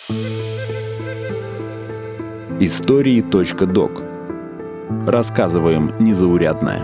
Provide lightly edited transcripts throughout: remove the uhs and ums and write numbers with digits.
Истории.док. Рассказываем незаурядное.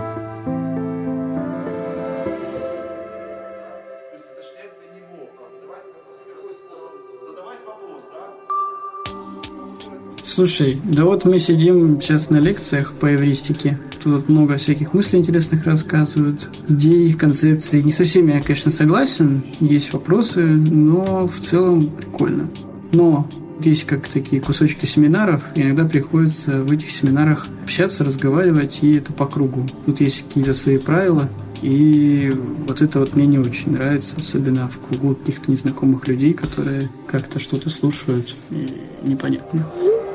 Слушай, да вот мы сидим сейчас на лекциях по эвристике. Тут много всяких мыслей интересных рассказывают, идей, концепций. Не со всеми я, конечно, согласен, есть вопросы, но в целом прикольно. Но есть как такие кусочки семинаров, и иногда приходится в этих семинарах общаться, разговаривать, и это по кругу. Тут есть какие-то свои правила, и вот это вот мне не очень нравится, особенно в кругу каких-то незнакомых людей, которые как-то что-то слушают, и непонятно.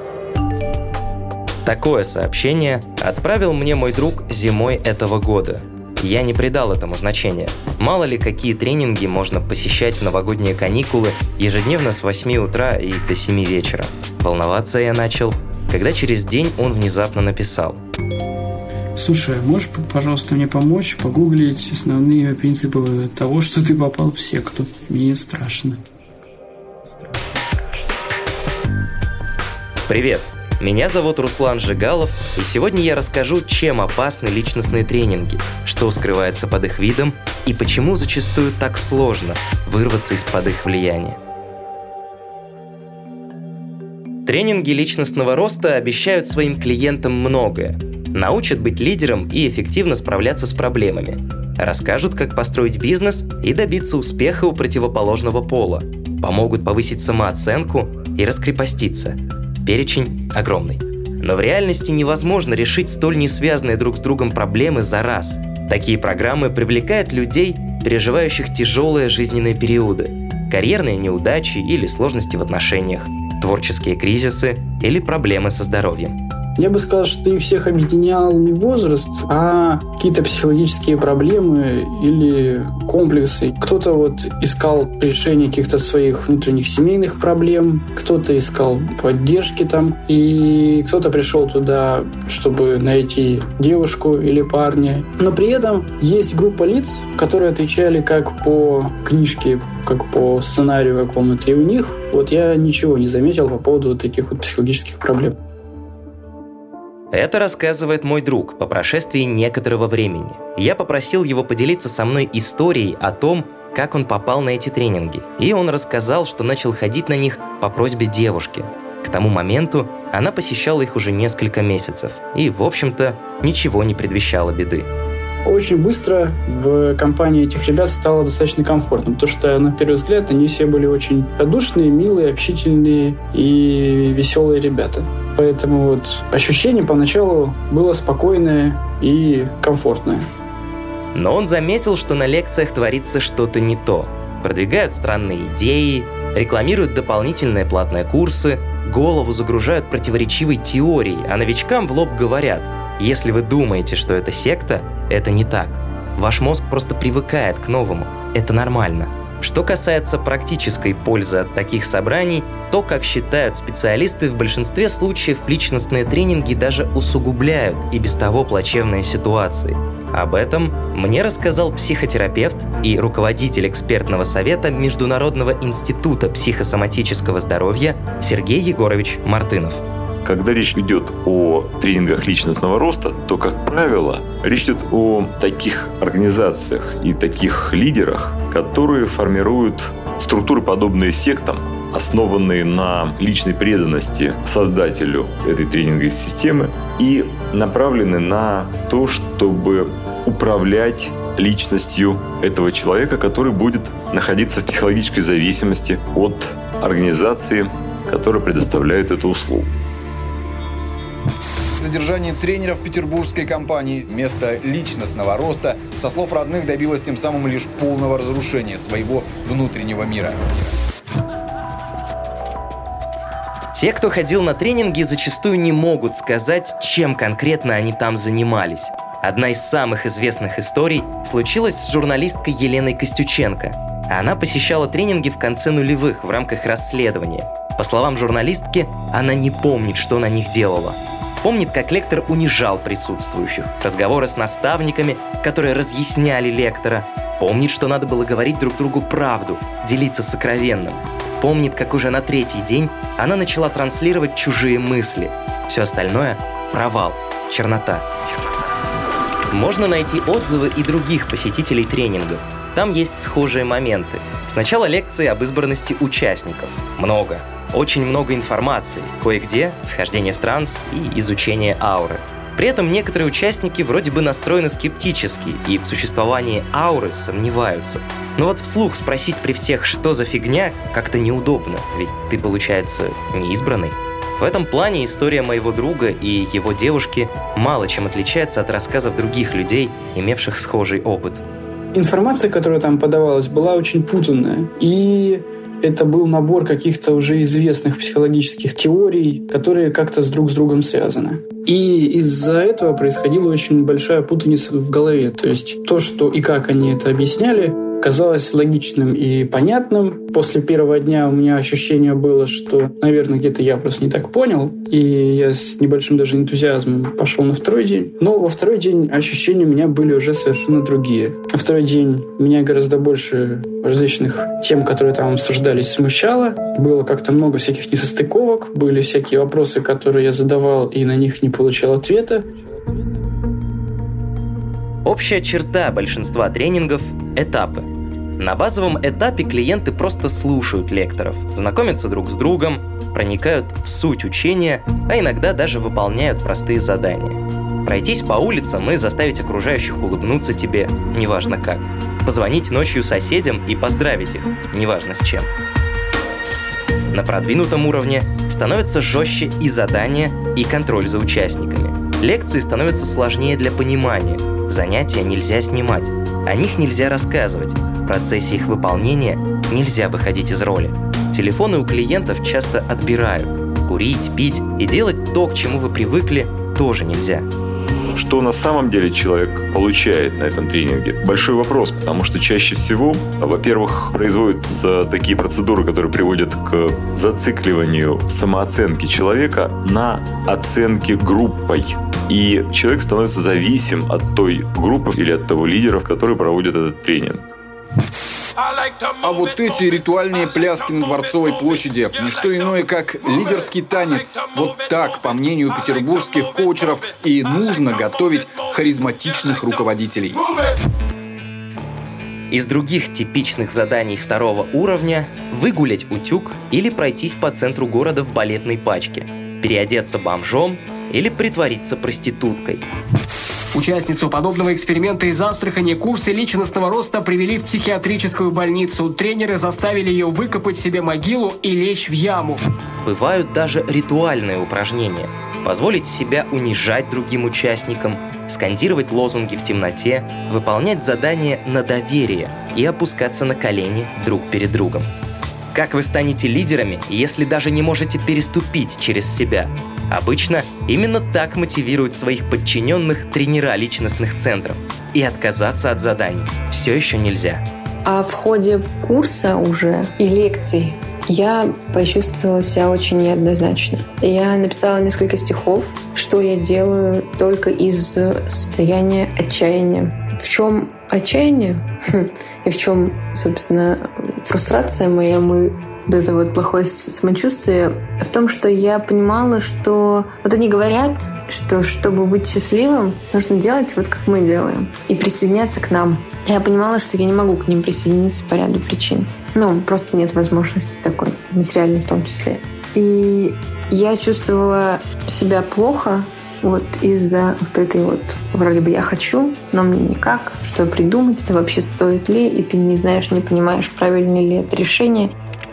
Такое сообщение отправил мне мой друг зимой этого года. Я не придал этому значения. Мало ли, какие тренинги можно посещать в новогодние каникулы ежедневно с 8 утра и до 7 вечера. Волноваться я начал, когда через день он внезапно написал: «Слушай, можешь, пожалуйста, мне помочь погуглить основные принципы того, что ты попал в секту? Мне страшно». Привет! Меня зовут Руслан Жигалов, и сегодня я расскажу, чем опасны личностные тренинги, что скрывается под их видом и почему зачастую так сложно вырваться из-под их влияния. Тренинги личностного роста обещают своим клиентам многое. Научат быть лидером и эффективно справляться с проблемами. Расскажут, как построить бизнес и добиться успеха у противоположного пола. Помогут повысить самооценку и раскрепоститься. Перечень огромный. Но в реальности невозможно решить столь несвязанные друг с другом проблемы за раз. Такие программы привлекают людей, переживающих тяжелые жизненные периоды, карьерные неудачи или сложности в отношениях, творческие кризисы или проблемы со здоровьем. Я бы сказал, что их всех объединял не возраст, а какие-то психологические проблемы или комплексы. Кто-то вот искал решение каких-то своих внутренних семейных проблем, кто-то искал поддержки там, и кто-то пришел туда, чтобы найти девушку или парня. Но при этом есть группа лиц, которые отвечали как по книжке, как по сценарию какому-то, и у них вот я ничего не заметил по поводу вот таких вот психологических проблем. Это рассказывает мой друг по прошествии некоторого времени. Я попросил его поделиться со мной историей о том, как он попал на эти тренинги. И он рассказал, что начал ходить на них по просьбе девушки. К тому моменту она посещала их уже несколько месяцев. И, в общем-то, ничего не предвещало беды. Очень быстро в компании этих ребят стало достаточно комфортно, потому что, на первый взгляд, они все были очень радушные, милые, общительные и веселые ребята. Поэтому вот ощущение поначалу было спокойное и комфортное. Но он заметил, что на лекциях творится что-то не то. Продвигают странные идеи, рекламируют дополнительные платные курсы, голову загружают противоречивой теорией, а новичкам в лоб говорят: если вы думаете, что это секта, это не так. Ваш мозг просто привыкает к новому. Это нормально. Что касается практической пользы от таких собраний, то, как считают специалисты, в большинстве случаев личностные тренинги даже усугубляют и без того плачевные ситуации. Об этом мне рассказал психотерапевт и руководитель экспертного совета Международного института психосоматического здоровья Сергей Егорович Мартынов. Когда речь идет о тренингах личностного роста, то, как правило, речь идет о таких организациях и таких лидерах, которые формируют структуры, подобные сектам, основанные на личной преданности создателю этой тренинговой системы и направлены на то, чтобы управлять личностью этого человека, который будет находиться в психологической зависимости от организации, которая предоставляет эту услугу. Задержание тренера в петербургской компании вместо личностного роста, со слов родных, добилось тем самым лишь полного разрушения своего внутреннего мира. Те, кто ходил на тренинги, зачастую не могут сказать, чем конкретно они там занимались. Одна из самых известных историй случилась с журналисткой Еленой Костюченко. Она посещала тренинги в конце нулевых в рамках расследования. По словам журналистки, она не помнит, что на них делала. Помнит, как лектор унижал присутствующих, разговоры с наставниками, которые разъясняли лектора. Помнит, что надо было говорить друг другу правду, делиться сокровенным. помнит, как уже на 3-й день она начала транслировать чужие мысли. Все остальное – провал, чернота. Можно найти отзывы и других посетителей тренингов. Там есть схожие моменты. Сначала лекции об избранности участников. Много. Очень много информации. Кое-где вхождение в транс и изучение ауры. При этом некоторые участники вроде бы настроены скептически и в существовании ауры сомневаются. Но вот вслух спросить при всех, что за фигня, как-то неудобно, ведь ты, получается, не избранный. В этом плане история моего друга и его девушки мало чем отличается от рассказов других людей, имевших схожий опыт. Информация, которая там подавалась, была очень путанная. И это был набор каких-то уже известных психологических теорий, которые как-то друг с другом связаны. И из-за этого происходила очень большая путаница в голове. То есть то, что и как они это объясняли, казалось логичным и понятным. После первого дня у меня ощущение было, что, наверное, где-то я просто не так понял, и я с небольшим даже энтузиазмом пошел на 2-й день. Но во 2-й день ощущения у меня были уже совершенно другие. На 2-й день меня гораздо больше различных тем, которые там обсуждались, смущало. Было как-то много всяких несостыковок, были всякие вопросы, которые я задавал, и на них не получал ответа. Общая черта большинства тренингов – этапы. На базовом этапе клиенты просто слушают лекторов, знакомятся друг с другом, проникают в суть учения, а иногда даже выполняют простые задания. Пройтись по улицам и заставить окружающих улыбнуться тебе, неважно как. Позвонить ночью соседям и поздравить их, неважно с чем. На продвинутом уровне становятся жестче и задания, и контроль за участниками. Лекции становятся сложнее для понимания. Занятия нельзя снимать, о них нельзя рассказывать, в процессе их выполнения нельзя выходить из роли. Телефоны у клиентов часто отбирают. Курить, пить и делать то, к чему вы привыкли, тоже нельзя. Что на самом деле человек получает на этом тренинге? Большой вопрос, потому что чаще всего, во-первых, производятся такие процедуры, которые приводят к зацикливанию самооценки человека на оценке группой. И человек становится зависим от той группы или от того лидера, который проводит этот тренинг. А вот эти ритуальные пляски на Дворцовой площади – не что иное, как лидерский танец. Вот так, по мнению петербургских коучеров, и нужно готовить харизматичных руководителей. Из других типичных заданий 2-го уровня – выгулять утюг или пройтись по центру города в балетной пачке, переодеться бомжом или притвориться проституткой. Участницу подобного эксперимента из Астрахани курсы личностного роста привели в психиатрическую больницу. Тренеры заставили ее выкопать себе могилу и лечь в яму. Бывают даже ритуальные упражнения. Позволить себя унижать другим участникам, скандировать лозунги в темноте, выполнять задания на доверие и опускаться на колени друг перед другом. Как вы станете лидерами, если даже не можете переступить через себя? Обычно именно так мотивируют своих подчиненных тренера личностных центров. И отказаться от заданий все еще нельзя. А в ходе курса уже и лекций я почувствовала себя очень неоднозначно. Я написала несколько стихов, что я делаю только из состояния отчаяния. В чем отчаяние и в чем, собственно, фрустрация моя, вот это вот плохое самочувствие, в том, что я понимала, что вот они говорят, что чтобы быть счастливым, нужно делать вот как мы делаем и присоединяться к нам. Я понимала, что я не могу к ним присоединиться по ряду причин. Просто нет возможности такой, материальной в том числе. И я чувствовала себя плохо вот из-за вот этой вот вроде бы я хочу, но мне никак, что придумать, это вообще стоит ли, и ты не знаешь, не понимаешь, правильное ли это решение.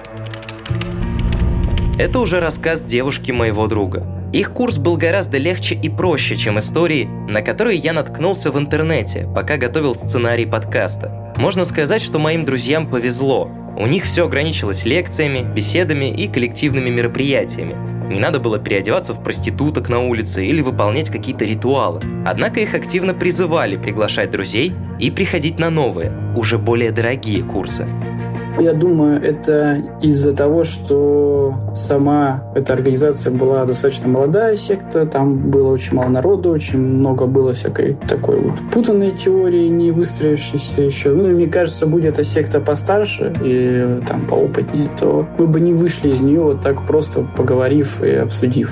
Это уже рассказ девушки моего друга. Их курс был гораздо легче и проще, чем истории, на которые я наткнулся в интернете, пока готовил сценарий подкаста. Можно сказать, что моим друзьям повезло. У них все ограничилось лекциями, беседами и коллективными мероприятиями. Не надо было переодеваться в проституток на улице или выполнять какие-то ритуалы. Однако их активно призывали приглашать друзей и приходить на новые, уже более дорогие курсы. Я думаю, это из-за того, что сама эта организация была достаточно молодая секта, там было очень мало народу, очень много было всякой такой вот путанной теории, не выстроившейся еще. Ну, и мне кажется, будь эта секта постарше и там поопытнее, то мы бы не вышли из нее вот так просто поговорив и обсудив.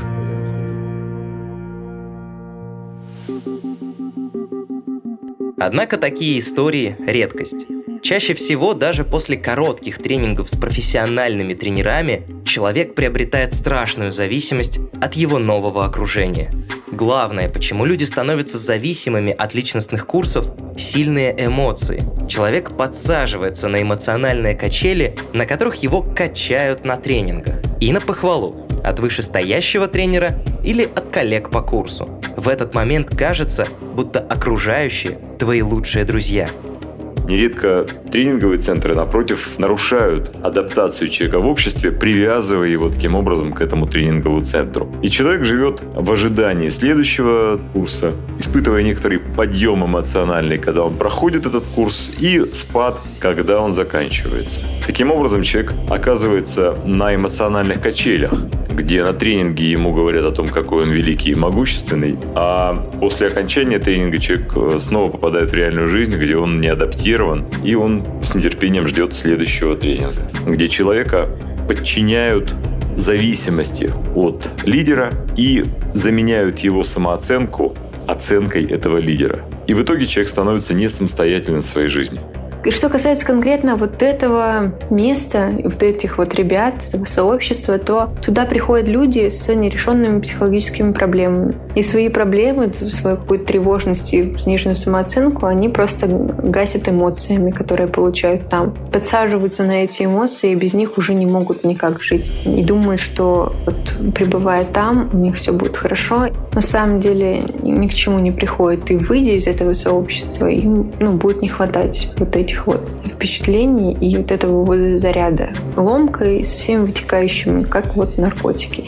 Однако такие истории – редкость. Чаще всего даже после коротких тренингов с профессиональными тренерами человек приобретает страшную зависимость от его нового окружения. Главное, почему люди становятся зависимыми от личностных курсов – сильные эмоции. Человек подсаживается на эмоциональные качели, на которых его качают на тренингах. И на похвалу – от вышестоящего тренера или от коллег по курсу. В этот момент кажется, будто окружающие – твои лучшие друзья. Нередко тренинговые центры, напротив, нарушают адаптацию человека в обществе, привязывая его таким образом к этому тренинговому центру. И человек живет в ожидании следующего курса, испытывая некоторый подъем эмоциональный, когда он проходит этот курс, и спад, когда он заканчивается. Таким образом, человек оказывается на эмоциональных качелях, где на тренинге ему говорят о том, какой он великий и могущественный, а после окончания тренинга человек снова попадает в реальную жизнь, где он не адаптирован, и он с нетерпением ждет следующего тренинга, где человека подчиняют зависимости от лидера и заменяют его самооценку оценкой этого лидера. И в итоге человек становится не самостоятельным в своей жизни. И что касается конкретно вот этого места, вот этих вот ребят, этого сообщества, то туда приходят люди с нерешенными психологическими проблемами. И свои проблемы, свою какую-то тревожность и сниженную самооценку они просто гасят эмоциями, которые получают там. Подсаживаются на эти эмоции и без них уже не могут никак жить. И думают, что вот пребывая там, у них все будет хорошо. На самом деле ни к чему не приходит. И выйдя из этого сообщества, им будет не хватать вот этих вот впечатлений и вот этого вот заряда ломкой со всеми вытекающими, как вот наркотики.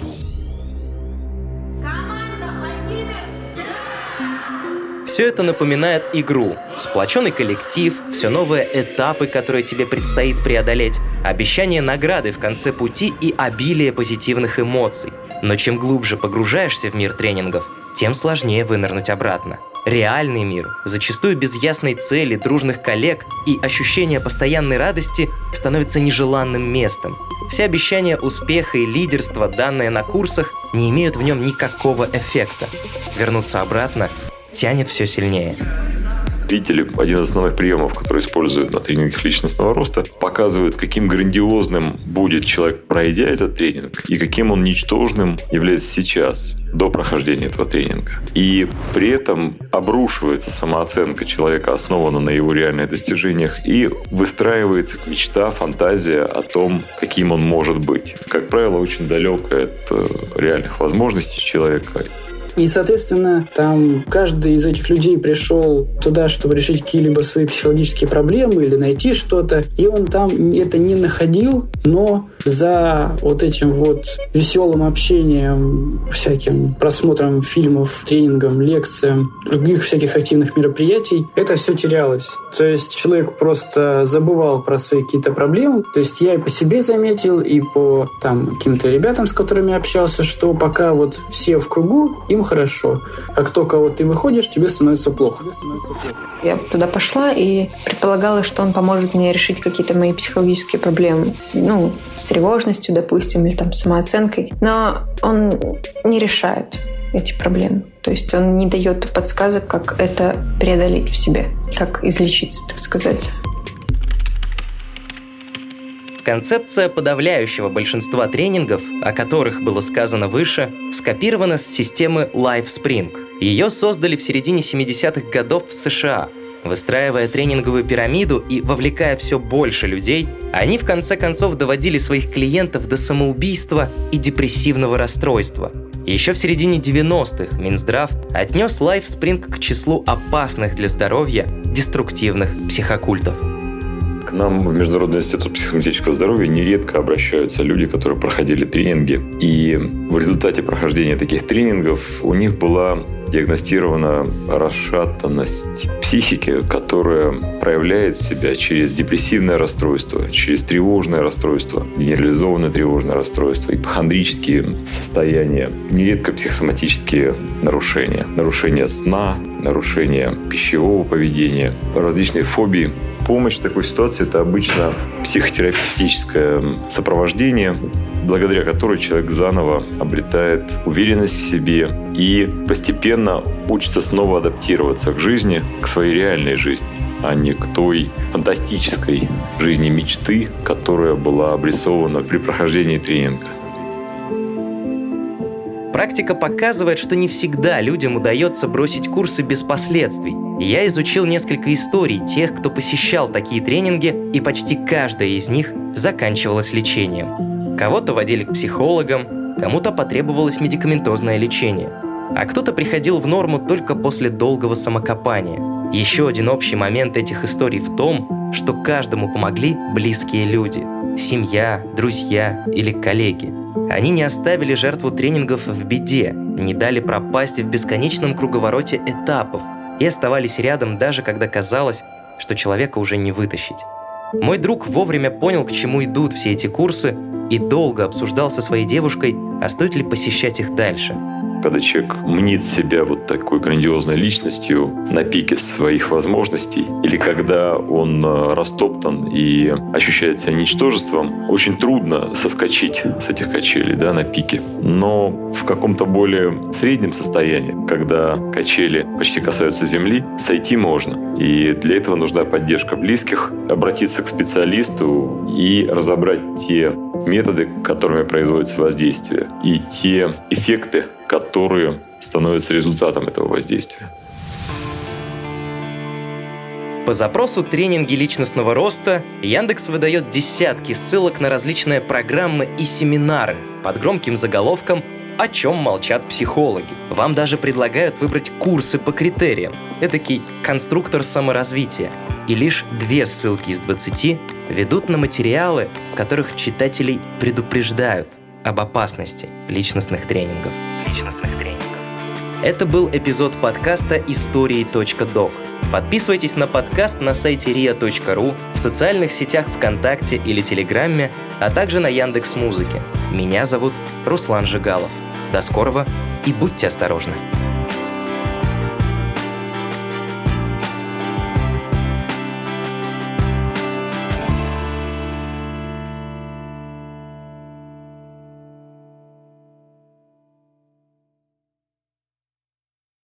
Все это напоминает игру. Сплоченный коллектив, все новые этапы, которые тебе предстоит преодолеть, обещание награды в конце пути и обилие позитивных эмоций. Но чем глубже погружаешься в мир тренингов, тем сложнее вынырнуть обратно. Реальный мир, зачастую без ясной цели, дружных коллег и ощущения постоянной радости, становится нежеланным местом. Все обещания успеха и лидерства, данные на курсах, не имеют в нем никакого эффекта. Вернуться обратно тянет все сильнее. Видите ли, один из основных приемов, который используют на тренингах личностного роста, показывает, каким грандиозным будет человек, пройдя этот тренинг, и каким он ничтожным является сейчас, до прохождения этого тренинга. И при этом обрушивается самооценка человека, основана на его реальных достижениях, и выстраивается мечта, фантазия о том, каким он может быть. Как правило, очень далекая от реальных возможностей человека. И, соответственно, там каждый из этих людей пришел туда, чтобы решить какие-либо свои психологические проблемы или найти что-то, и он там это не находил, но за вот этим вот веселым общением, всяким просмотром фильмов, тренингом, лекциям, других всяких активных мероприятий, это все терялось. То есть человек просто забывал про свои какие-то проблемы. То есть я и по себе заметил, и по там каким-то ребятам, с которыми общался, что пока вот все в кругу, им хорошо. Как только вот ты выходишь, тебе становится плохо. Я туда пошла и предполагала, что он поможет мне решить какие-то мои психологические проблемы. С тревожностью, допустим, или там с самооценкой. Но он не решает эти проблемы. То есть он не дает подсказок, как это преодолеть в себе, как излечиться, так сказать. Концепция подавляющего большинства тренингов, о которых было сказано выше, скопирована с системы LifeSpring. Ее создали в середине 70-х годов в США. Выстраивая тренинговую пирамиду и вовлекая все больше людей, они в конце концов доводили своих клиентов до самоубийства и депрессивного расстройства. Еще в середине 90-х Минздрав отнес LifeSpring к числу опасных для здоровья деструктивных психокультов. нам в Международный институт психосоматического здоровья нередко обращаются люди, которые проходили тренинги. И в результате прохождения таких тренингов у них была диагностирована расшатанность психики, которая проявляет себя через депрессивное расстройство, через тревожное расстройство, генерализованное тревожное расстройство, ипохондрические состояния, нередко психосоматические нарушения. Нарушения сна, нарушения пищевого поведения, различные фобии. Помощь в такой ситуации – это обычно психотерапевтическое сопровождение, благодаря которой человек заново обретает уверенность в себе и постепенно учится снова адаптироваться к жизни, к своей реальной жизни, а не к той фантастической жизни мечты, которая была обрисована при прохождении тренинга. Практика показывает, что не всегда людям удается бросить курсы без последствий. Я изучил несколько историй тех, кто посещал такие тренинги, и почти каждая из них заканчивалась лечением. Кого-то водили к психологам, кому-то потребовалось медикаментозное лечение, а кто-то приходил в норму только после долгого самокопания. Еще один общий момент этих историй в том, что каждому помогли близкие люди – семья, друзья или коллеги. Они не оставили жертву тренингов в беде, не дали пропасть в бесконечном круговороте этапов и оставались рядом, даже когда казалось, что человека уже не вытащить. Мой друг вовремя понял, к чему идут все эти курсы, и долго обсуждал со своей девушкой, а стоит ли посещать их дальше. Когда человек мнит себя вот такой грандиозной личностью на пике своих возможностей, или когда он растоптан и ощущает себя ничтожеством, очень трудно соскочить с этих качелей, на пике. Но в каком-то более среднем состоянии, когда качели почти касаются земли, сойти можно. И для этого нужна поддержка близких, обратиться к специалисту и разобрать те методы, которыми производится воздействие, и те эффекты, которые становятся результатом этого воздействия. По запросу «Тренинги личностного роста» Яндекс выдает десятки ссылок на различные программы и семинары под громким заголовком «О чем молчат психологи». Вам даже предлагают выбрать курсы по критериям, эдакий конструктор саморазвития. И лишь 2 ссылки из 20 ведут на материалы, в которых читателей предупреждают об опасности личностных тренингов. Это был эпизод подкаста «Истории.док». Подписывайтесь на подкаст на сайте ria.ru, в социальных сетях ВКонтакте или Телеграме, а также на Яндекс.Музыке. Меня зовут Руслан Жигалов. До скорого и будьте осторожны!